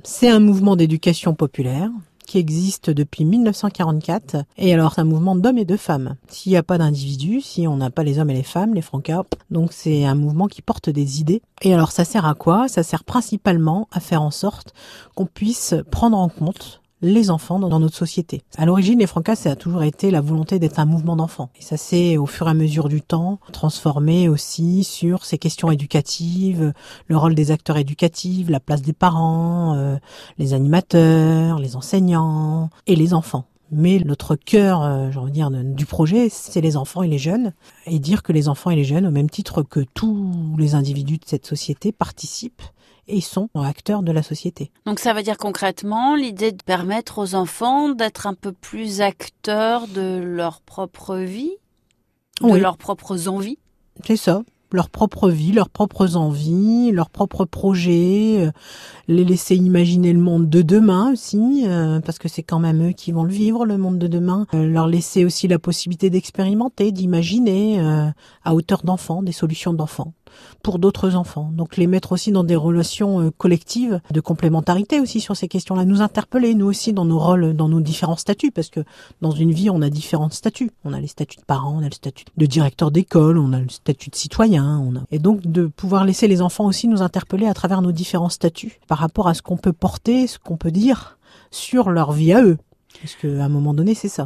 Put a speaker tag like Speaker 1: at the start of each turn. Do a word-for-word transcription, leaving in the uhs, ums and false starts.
Speaker 1: C'est un mouvement d'éducation populaire qui existe depuis mille neuf cent quarante-quatre. Et alors, c'est un mouvement d'hommes et de femmes. S'il n'y a pas d'individus, si on n'a pas les hommes et les femmes, les francas, donc c'est un mouvement qui porte des idées. Et alors, ça sert à quoi? Ça sert principalement à faire en sorte qu'on puisse prendre en compte les enfants dans notre société. À l'origine, les francas, ça a toujours été la volonté d'être un mouvement d'enfants. Et ça s'est, au fur et à mesure du temps, transformé aussi sur ces questions éducatives, le rôle des acteurs éducatifs, la place des parents, euh, les animateurs, les enseignants et les enfants. Mais notre cœur, euh, j'ai envie de dire, du projet, c'est les enfants et les jeunes. Et dire que les enfants et les jeunes, au même titre que tous les individus de cette société, participent et sont acteurs de la société.
Speaker 2: Donc ça veut dire concrètement l'idée de permettre aux enfants d'être un peu plus acteurs de leur propre vie, de
Speaker 1: oui.
Speaker 2: leurs propres envies.
Speaker 1: C'est ça. Leur propre vie, leurs propres envies, leurs propres projets, euh, les laisser imaginer le monde de demain aussi, euh, parce que c'est quand même eux qui vont le vivre, le monde de demain. Euh, leur laisser aussi la possibilité d'expérimenter, d'imaginer euh, à hauteur d'enfants, des solutions d'enfants pour d'autres enfants. Donc les mettre aussi dans des relations euh, collectives, de complémentarité aussi sur ces questions-là. Nous interpeller, nous aussi, dans nos rôles, dans nos différents statuts, parce que dans une vie, on a différents statuts. On a les statuts de parents, on a le statut de directeur d'école, on a le statut de citoyen. On a... Et donc de pouvoir laisser les enfants aussi nous interpeller à travers nos différents statuts par rapport à ce qu'on peut porter, ce qu'on peut dire sur leur vie à eux. Parce qu'à un moment donné, c'est ça.